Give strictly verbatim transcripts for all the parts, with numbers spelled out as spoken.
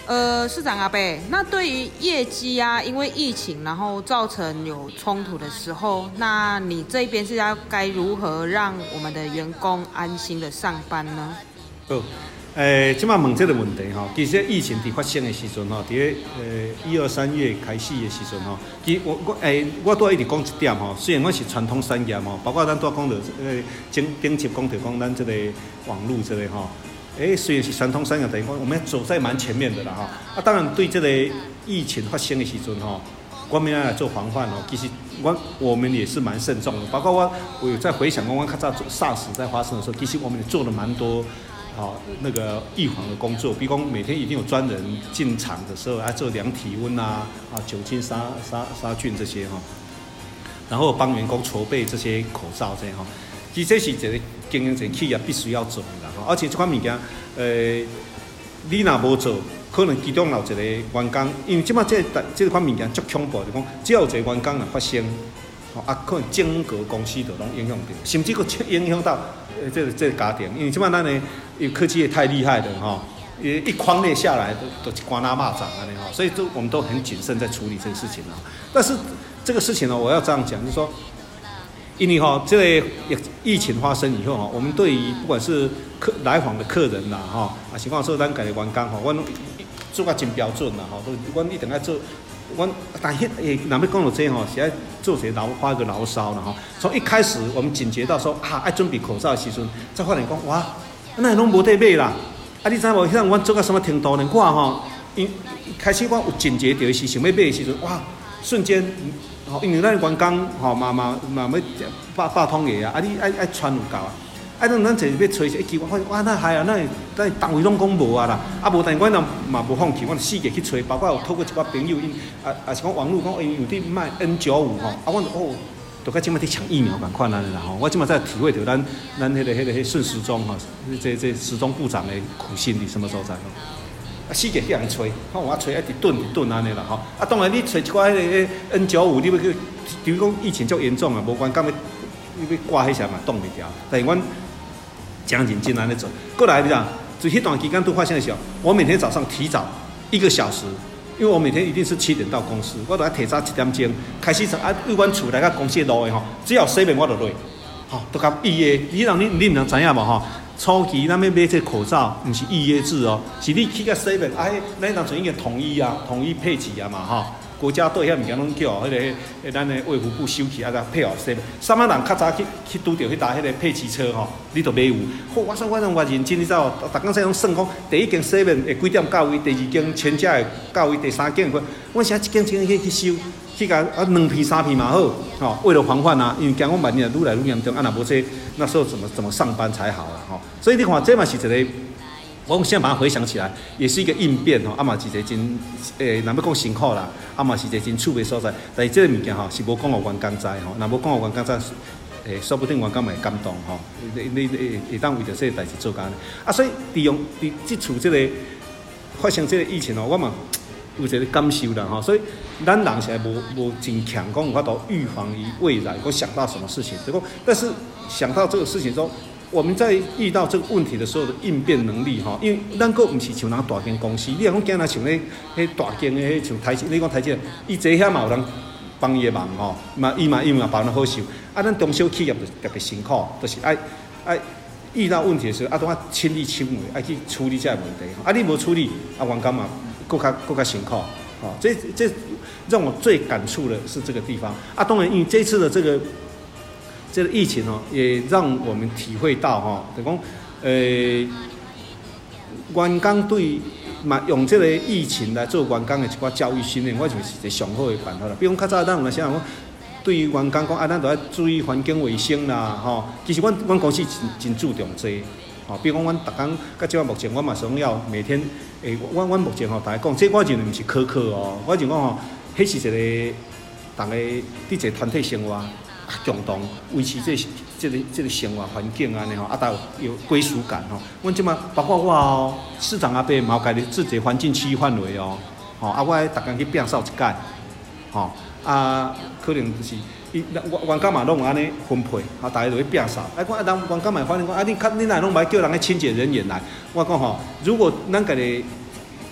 呃，市长阿贝，那对于业绩啊，因为疫情然后造成有冲突的时候，那你这边是要该如何让我们的员工安心的上班呢？ 好，诶，即马问这个问题吼，其实疫情伫发生的时阵吼，伫咧呃一二三月开始的时阵吼，其实我我诶，我都一直讲一点吼，虽然我是传统产业吼，包括咱都讲到呃顶顶级讲到讲咱这个网络这个吼。哎，虽然是传统产业，等于讲我们走在蛮前面的啦哈。啊，当然对这个疫情发生的时阵哈，我们要来做防范哦。其实我我们也是蛮慎重的，包括我我有在回想，我看到 SARS 在发生的时候，其实我们也做了蛮多啊那个预防的工作，比如讲每天一定有专人进场的时候，啊做量体温啊，啊酒精杀杀杀菌这些哈，然后帮员工筹备这些口罩这样哈。其实这是一个经营一个企业必须要做的啦，而且这款物件，呃，你若无做，可能其中有一个员工，因为即马这这款物件足恐怖，就讲只要有一个员工若发生，吼啊，可能整个公司就拢影响到，甚至佫影响到呃这个这个家庭，因为即马咱的科技也太厉害了吼，一一框列下来都都瓜拉蚂蚱安尼吼，所以都我们都很谨慎在处理这个事情啊。但是这个事情呢，我要这样讲，就是说。因为哈，这个疫情发生以后哈，我们对于不管是客来访的客人啦哈，啊，情况说咱家的员工哈，我做啊真标准啦哈，都我一定要做，我但迄诶，若要讲到这吼，是要做些牢发个牢骚啦哈。从一开始我们警觉到说啊，爱准备口罩的时阵，才发现讲哇，那拢无得买啦。啊，你知无？迄我做到什么程度呢？我吼，因开始我有警觉到是想要买的时阵，哇，瞬间。吼，因为咱员工吼嘛嘛嘛要百百通个啊，啊你爱爱传有够啊，啊咱咱就是要找一支，我发现哇，那还啊，那咱单位拢讲无啊啦，啊无，但是我若嘛无放弃，我就四个去找，包括有透过一寡朋友，因啊啊是讲网络讲，因有伫卖 N 九十五 吼，啊我就哦，都甲即摆伫抢疫苗共款安尼啦吼，我即摆在体会到咱咱迄个迄个迄顺时钟吼，这这时钟部长的苦心伫什么所在吼。啊，四个去人吹，看我吹一直顿一顿安尼啦吼。啊，当然你吹一寡迄个 N 九十五，你要去，比如讲疫情足严重啊，无关讲要你要挂迄啥嘛，挡袂掉。但是阮将认真安尼做。过来你讲，就迄段期间都发生的时候，我每天早上提早一个小时，因为我每天一定是七点到公司，我都要提早一点钟开始啊，为阮厝内甲公司的路的吼，只要洗面我就落，吼，都甲预约。你人你你毋通知影无吼？初期咱要买这口罩，毋是预约制哦，是你去个 seven， 啊，咱当阵已经统一啊，统一配给啊嘛，吼，国家队遐物件拢叫迄个，迄咱的卫福部收起啊，甲配互 seven。什么人较早去去拄着迄搭迄个配给车吼，你就买有。好，我说我拢偌认真，你知道？逐工使拢算讲，第一间 seven 会几点到位，第二间全家会到位，第三间会，我想一间间去去收。去甲啊两片三片嘛好，吼，为了防范啊，因为惊我万一愈来愈严重，啊若无这那时候怎么怎么上班才好啦，吼，所以你看这嘛是一个，我现在把它回想起来，也是一个应变吼，啊嘛是一个真诶，若要讲辛苦啦，啊嘛是一个真趣味所在，但是这个物件吼是无讲互员工知吼，若无讲互员工知，诶，说不定员工嘛会感动吼，你你你会当为着这个代志做干啊，所以利用伫即处这个发生这个疫情哦，我嘛。有一个感受啦吼，所以咱人现在无无真强，讲有法度预防于未然，我想到什么事情，就讲，但是想到这个事情之后，我们在遇到这个问题的时候的应变能力吼，因为咱个毋是像人大间公司，你若讲今仔像咧迄大间的迄像台积，你讲台积，伊坐遐嘛有人帮伊的忙吼，嘛伊嘛伊嘛帮人好受，啊，咱中小企业就特别辛苦，就是爱爱。遇到问题的时候，啊，都要亲力亲为，爱去处理这个问题。啊，你无处理，啊，员工嘛，更加更加辛苦。哦，这这让我最感触的是这个地方。啊，当然，因为这次的这个这个疫情哦，也让我们体会到哈，等于讲，呃，员工对嘛用这个疫情来做员工的一寡教育训练，我就是一个上好的办法啦。比如讲，较早咱有那些人讲。对于员工讲，啊，咱都要注意环境卫生啦，吼。其实阮阮公司真真注重这，吼。比如讲，阮逐工，到即个目前，我嘛想要每天，诶，阮阮目前吼，大家讲，这我认为毋是苛刻哦，我就讲吼，迄是一个，大家伫一个团体生活，共同维持这这个这个生活环境安尼吼，啊，有有归属感吼。阮即马包括我哦，市长阿伯嘛有家己自己环境区域范围哦，吼，啊，我逐工去摒扫一届，吼。啊，可能就是伊员工嘛拢有安尼分配，啊，大家就去摒扫。啊，讲啊，人员工嘛发现讲，啊，你你哪拢买叫人个清洁人员来？我讲吼，如果咱家己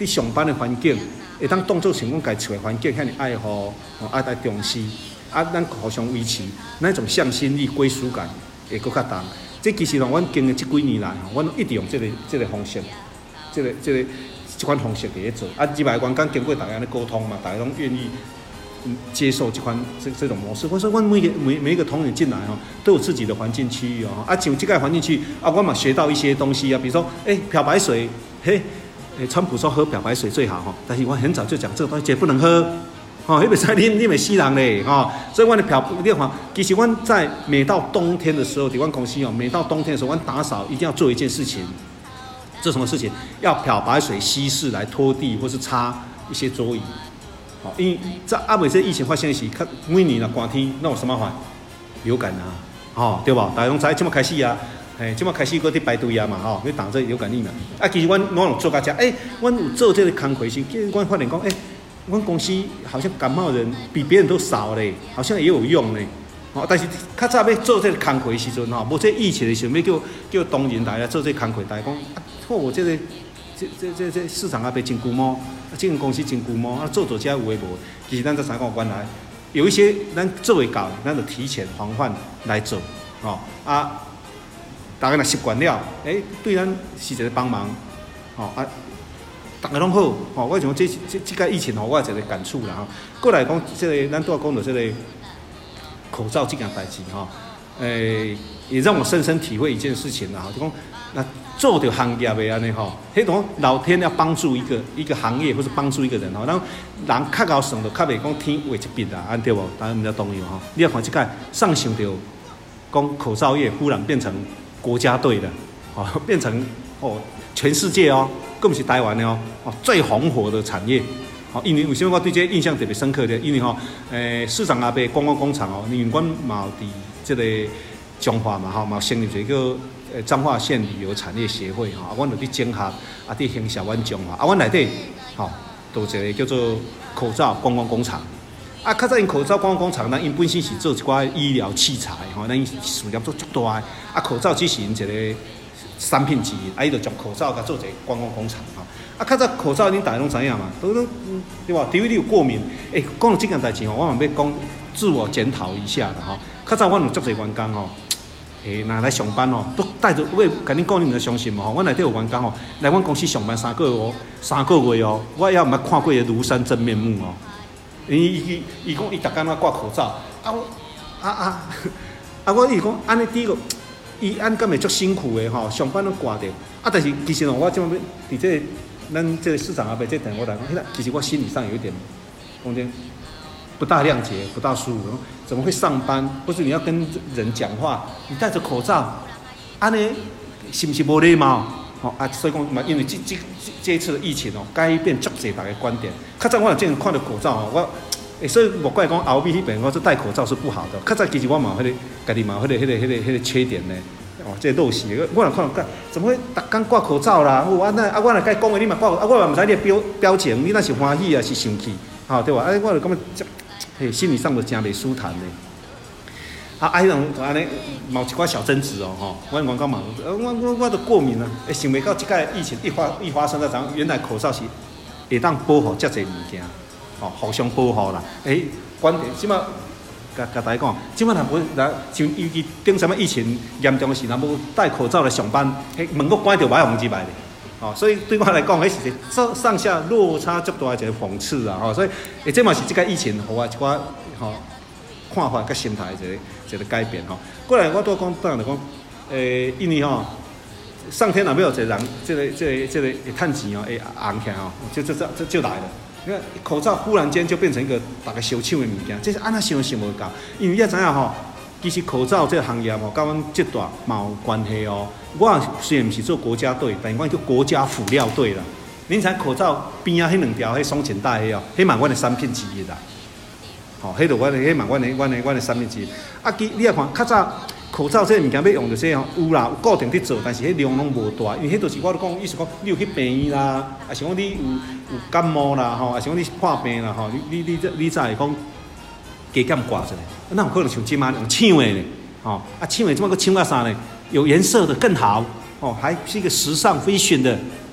你上班的环境，会当当作成讲家厝的环境，遐尼爱护，哦，爱来重视，啊，咱互相维持，那种向心力、归属感会搁较重。这其实咯，阮经历这几年来，阮一直用这个这个方式，这个这个这款方式伫咧做。啊，入来员工经过大家的沟通嘛，大家拢愿意接受这款这这种模式。我说，阮每个每每一个同仁进来吼，都有自己的环境区域哦。啊，像这个环境区域啊，我嘛学到一些东西啊，比如说，哎、欸，漂白水，嘿，诶，川普说喝漂白水最好吼，但是我很早就讲这个东西绝不能喝。哦，迄袂使啉，你袂死人嘞，哦，所以阮的漂，你看，其实阮在每到冬天的时候，伫阮公司哦，每到冬天的时候，阮打扫一定要做一件事情，做什么事情？要漂白水稀释来拖地或是擦一些桌椅，哦，因为在阿尾这疫情发生时，看每年啦寒天，那有什么烦？流感啊，哦，对吧？大家拢知，即么开始啊，诶，即么开始搁伫排队啊嘛，吼、哦，要打这流感疫苗。啊，其实阮拢有做甲遮，诶，阮有做这个工课时，阮发现讲，诶。我们公司好像感冒人比别人都少嘞，好像也有用嘞。哦，但是较早要做这个工课的时阵吼，无这疫情的时候，要叫叫同仁来来做这工课，大家讲啊，好，我这个这这这这市场啊，被真规模，啊，这间公司真规模，啊，做做遮有诶无？其实咱才知讲原来有一些咱做会到，咱就提前防范来做，哦啊，大家若习惯了，诶、欸，对咱是一个帮忙，哦啊。大家拢好，吼！我想这这这个疫情吼，我有一个感触啦吼。过来讲，这个咱都要讲到这个口罩这件代志吼，诶，也让我深深体会一件事情啦，就讲那做着行业的安尼吼，迄种老天要帮助一个一个行业或是帮助一个人吼，咱人较高算就较袂讲天画一笔啦，安对无？大家唔要动摇吼。你要看这个上想到讲口罩业忽然变成国家队的，哦，变成哦全世界哦。更不是台湾的哦，哦最红火的产业，哦，因为为什么我对这个印象特别深刻的？因为吼、哦，诶、欸，市长阿伯观光工厂哦，因为阮嘛有伫这个彰化嘛，吼，嘛成立一个诶彰化县旅游产业协会吼，啊，阮就伫整合啊，伫行销阮彰化，啊，阮内底吼，都有一个叫做口罩观光工厂，啊，较早因口罩观光工厂，咱因本身是做一寡医疗器材，吼，咱事业做足大的，啊，口罩只是因一个。产品之一，啊，伊就将口罩甲做一个观光工厂吼。啊，较早口罩恁大家拢知影嘛，都拢对吧？除非你有过敏，诶、欸，讲到这件代志吼，我嘛要讲自我检讨一下啦吼。较早阮有足侪员工吼，诶，若来上班吼，都带着为甲恁讲，恁就相信嘛吼。阮内底有员工吼，来阮公司上班三个月哦，三个月哦，我也毋捌看过庐山真面目哦。伊伊伊讲伊逐工仔挂口罩，啊我啊啊啊我伊讲安尼第一个。伊安敢会足辛苦的吼，上班拢挂着。啊，但是其实哦，我即摆伫这个、咱这个市场阿伯这等我来讲，其实我心理上有一点，空间不大谅解，不大舒服。怎么会上班？不是你要跟人讲话，你戴着口罩，安尼是不是无礼貌？哦啊，所以讲嘛，因为这这这一次的疫情哦，改变足侪大家观点。较早我有见看到口罩哦，我。欸、所以我怪讲后面迄边，我说戴口罩是不好的。较早其实我嘛，迄、那个家己嘛，迄、那个、迄、那个、迄、那个、迄、那个缺点呢。哦，这个陋习，我若看到，怎么会逐工挂口罩啦？我啊那啊，我若甲伊讲的，你嘛挂，啊我嘛毋知你的表表情，你那是欢喜啊，是生气，吼、哦、对吧？啊，我就感觉，嘿，心理上就真袂舒坦呢。啊，啊，迄种安尼，某一寡小争执哦，吼，我员工嘛，我我我都过敏了，诶，想袂到即个疫情一发一发生在咱原来口罩是会当保护遮侪物件。哦，互相保护啦。诶、欸，观点即马，甲甲大家讲，即马若无来像尤其顶什么疫情严重时，若无戴口罩来上班，迄门个关着歹红入来咧。哦，所以对我来讲，迄是上上下落差足大一个讽刺啊！吼，所以诶，这嘛是即个疫情，互我一寡吼看法甲心态一个一个改变吼。过来，我拄讲，当然就讲，诶，因为吼。上天若要有一个人，这个、这个、这个会趁钱哦，会红起来哦，就就这这就来了。你看口罩忽然间就变成一个大家烧抢的物件，这是安那想想无到。因为你也知影吼，其实口罩这个行业吼，甲阮这段嘛有关系哦。我虽然毋是做国家队，但我叫国家辅料队啦。恁知口罩边啊，迄两条迄双肩带迄哦，迄嘛阮的产品之一啦。吼，迄就阮的，迄嘛阮的，阮的，阮的产品之一。啊，其你也看较早。口罩这个物件要用着说吼，有啦，有固定伫做，但是迄量拢无大，因为迄就是我讲，意思讲你有去病院啦，啊是讲你有有感冒啦，吼，啊是讲你破病啦，吼，你你你你才会讲加减挂一下，那有可能像即马用抢的咧，吼，啊抢的即马个抢啊啥呢？有颜色的更好，哦，还是一个时尚 fashion 的，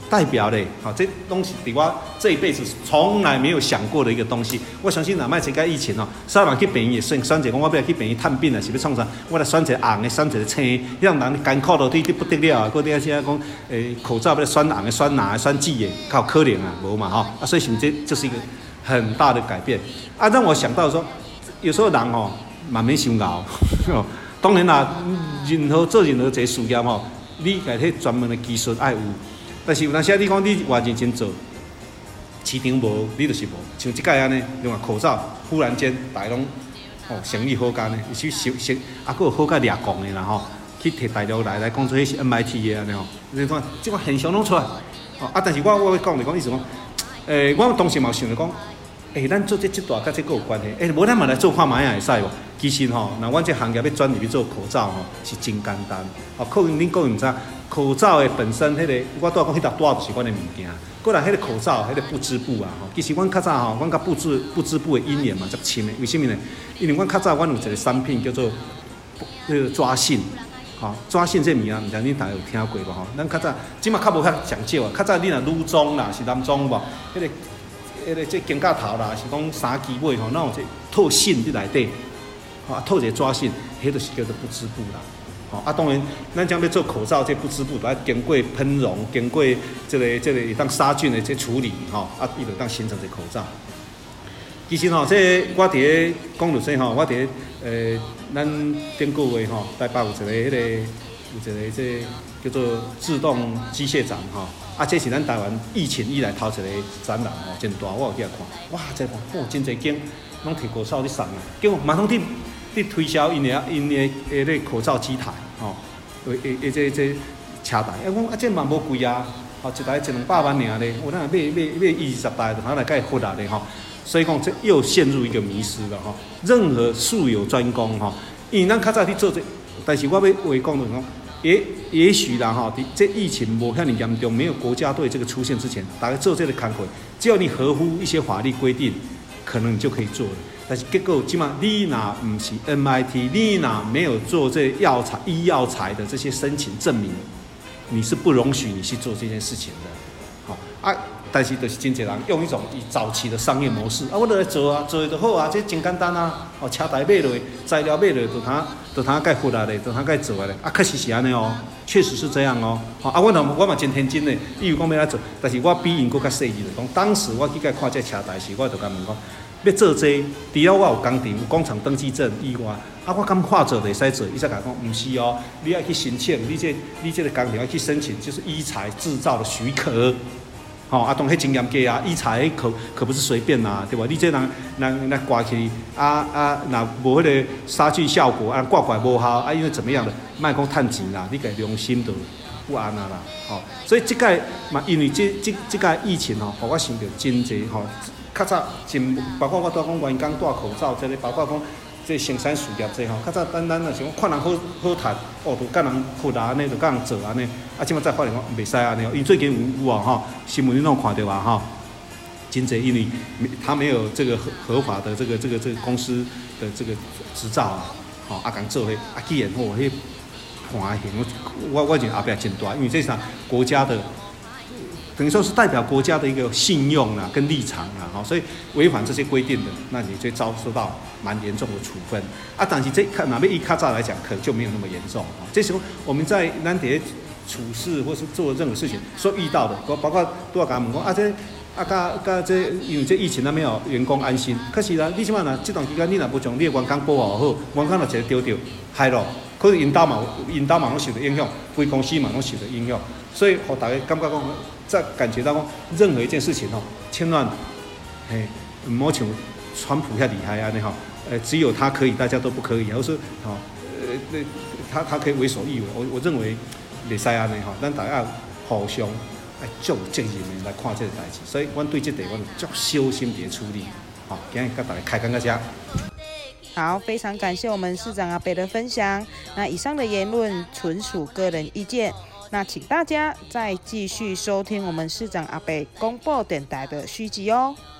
代表嘞，好，这东西对我这一辈子从来没有想过的一个东西。我相信若卖这个疫情哦，啥人去病院也选选者讲，我要去病院探病啊，是要创啥？我来选一个红的，选一个青的，让人艰苦到底不得了啊！搁底下讲，诶，口罩要选红的、选蓝的、选紫的，靠可怜啊，无嘛吼啊！所以想这就是一个很大的改变啊，让我想到说，有时候人哦，慢慢想熬。当然啦，任何做任何一个事业吼，你家迄专门的技术爱有。但是有当时你讲你偌认真做，市场无，你就是无。像即届安尼，用啊口罩，忽然间大家拢哦生意好干呢，去收收，啊，佫有好甲掠讲的啦吼，去摕大陆来来讲做迄是 M I T 的安尼吼，你看即款现象拢出来。哦啊，但是我我要讲就讲意思讲，诶、欸，我当时嘛想着讲，诶、欸，咱做这这大甲这个有关系，诶、欸，无咱嘛来做看卖啊会使无？其实吼，那阮这行业要转入去做口罩吼，是真简单。哦，可能恁各位毋知。口罩的本身，迄、那个我拄仔讲迄搭带就是阮的物件。过来，迄个口罩，迄、那个布织布啊，吼，其实阮较早吼，阮甲布织布织布的因缘嘛，足深的。为什么呢？因为阮较早阮有一个产品叫做迄个抓线，吼、哦，抓线这物啊，毋知恁大家有听过无吼？咱较早，即马较无较讲究啊。较早你若女装啦，是男装无，迄、那个迄、那个这肩胛头啦，是讲衫旗尾吼，那有这套线伫内底，吼、啊，套一个抓线，迄就是叫做布织布啦。哦啊，当然，咱将要做口罩，这不织布都要经过喷溶，经过这个这个当杀菌的这处理，吼、哦、啊，伊就当形成这口罩。其实吼、哦，这我伫咧讲落说吼，我伫咧呃，咱顶个月吼，台北有一个迄、那个有一个这叫做自动机械展吼、哦，啊，这是咱台湾疫情以来头一个展览吼，真大，我有去看，哇，这看，哦，真侪间拢摕口罩咧送啊，结果马上伫。去推销因的因的诶咧口罩机台，吼、哦，诶诶诶这这车台，啊讲啊这嘛无贵啊，吼一台一两百万尔咧，我那买买买二十台就拿来甲伊发啊咧吼，所以讲这又陷入一个迷失了吼。任何术有专攻吼，因为咱较早去做这，但是我要话讲就是讲，也也许啦吼，这疫情无遐尼严重，没有国家队这个出现之前，大家做这个工作，只要你合乎一些法律规定，可能你就可以做了。但是结果，起码你若不是 M I T， 你若没有做这药材、医药材的这些申请证明，你是不容许你去做这件事情的。好、哦、啊，但是就是真侪人用一种以早期的商业模式啊，我就来做啊，做就好啊，这真简单啊。哦，车台买落，材料买落，就他就他该付啊咧，就他该做啊咧。啊，确实是安尼哦，确实是这样哦。哦啊，我嘛我嘛真天真的，以为讲要来做，但是我比因搁较细致，就讲当时我去甲看这车台时，我就甲问讲。要做这，除了我有工程、有工厂登记证以外，啊，我敢画做袂使做，伊才甲讲，毋是哦，你要去申请，你这你这个工程要去申请，就是医材制造的许可，吼、哦，啊，当迄真严格啊，医材可可不是随便呐、啊，对吧？你这人人人挂起，啊啊，若无迄个杀菌效果，啊，挂挂无效，啊，因为怎么样的，莫讲趁钱啦，你家良心就不安啊啦，吼、哦，所以即届嘛，因为这这这届疫情吼，互我想到真侪吼。较早真包括我拄讲员工戴口罩，这个包括讲这生产事业这吼，较早咱咱若想看人好好赚，哦，就甲人付啊安尼，就甲人做安尼，啊，即摆再发现讲袂使安尼哦，因为最近有有啊吼，新闻你拢看到啊吼，真侪因为他没有这个合合法的这个这个这个公司的这个执照啊，吼啊，共做迄啊，既然吼迄判刑，我我觉得后壁真大，因为这是国家的。等于说是代表国家的一个信用啦、跟立场啦，哈，所以违反这些规定的，那你就遭受到蛮严重的处分啊。但是这看哪边一卡扎来讲，可能就没有那么严重啊。这时候我们在咱伫处事或是做任何事情所遇到的，包括都要甲问讲啊，这啊甲甲这因为这疫情那边有员工安心，可是啦，你起码呢这段期间你若不将你的员工保护好，员工就一个丢丢害咯，可能因兜嘛因兜嘛拢受到影响，非公司嘛拢受到影响，所以互大家感觉讲。在感觉到讲任何一件事情哦，千万，嘿，唔好像川普遐厉害啊，你吼，呃，只有他可以，大家都不可以，或是吼，呃，那他他可以为所欲为，我我认为袂使安尼吼，咱大家互相哎足有责任的来看这个代志，所以阮对这题阮足小心地处理，好，今日跟大家开讲到这。 好，非常感谢我们市长阿伯的分享。那以上的言论纯属个人意见。那请大家再继续收听我们市长阿伯公播电台的续集哦。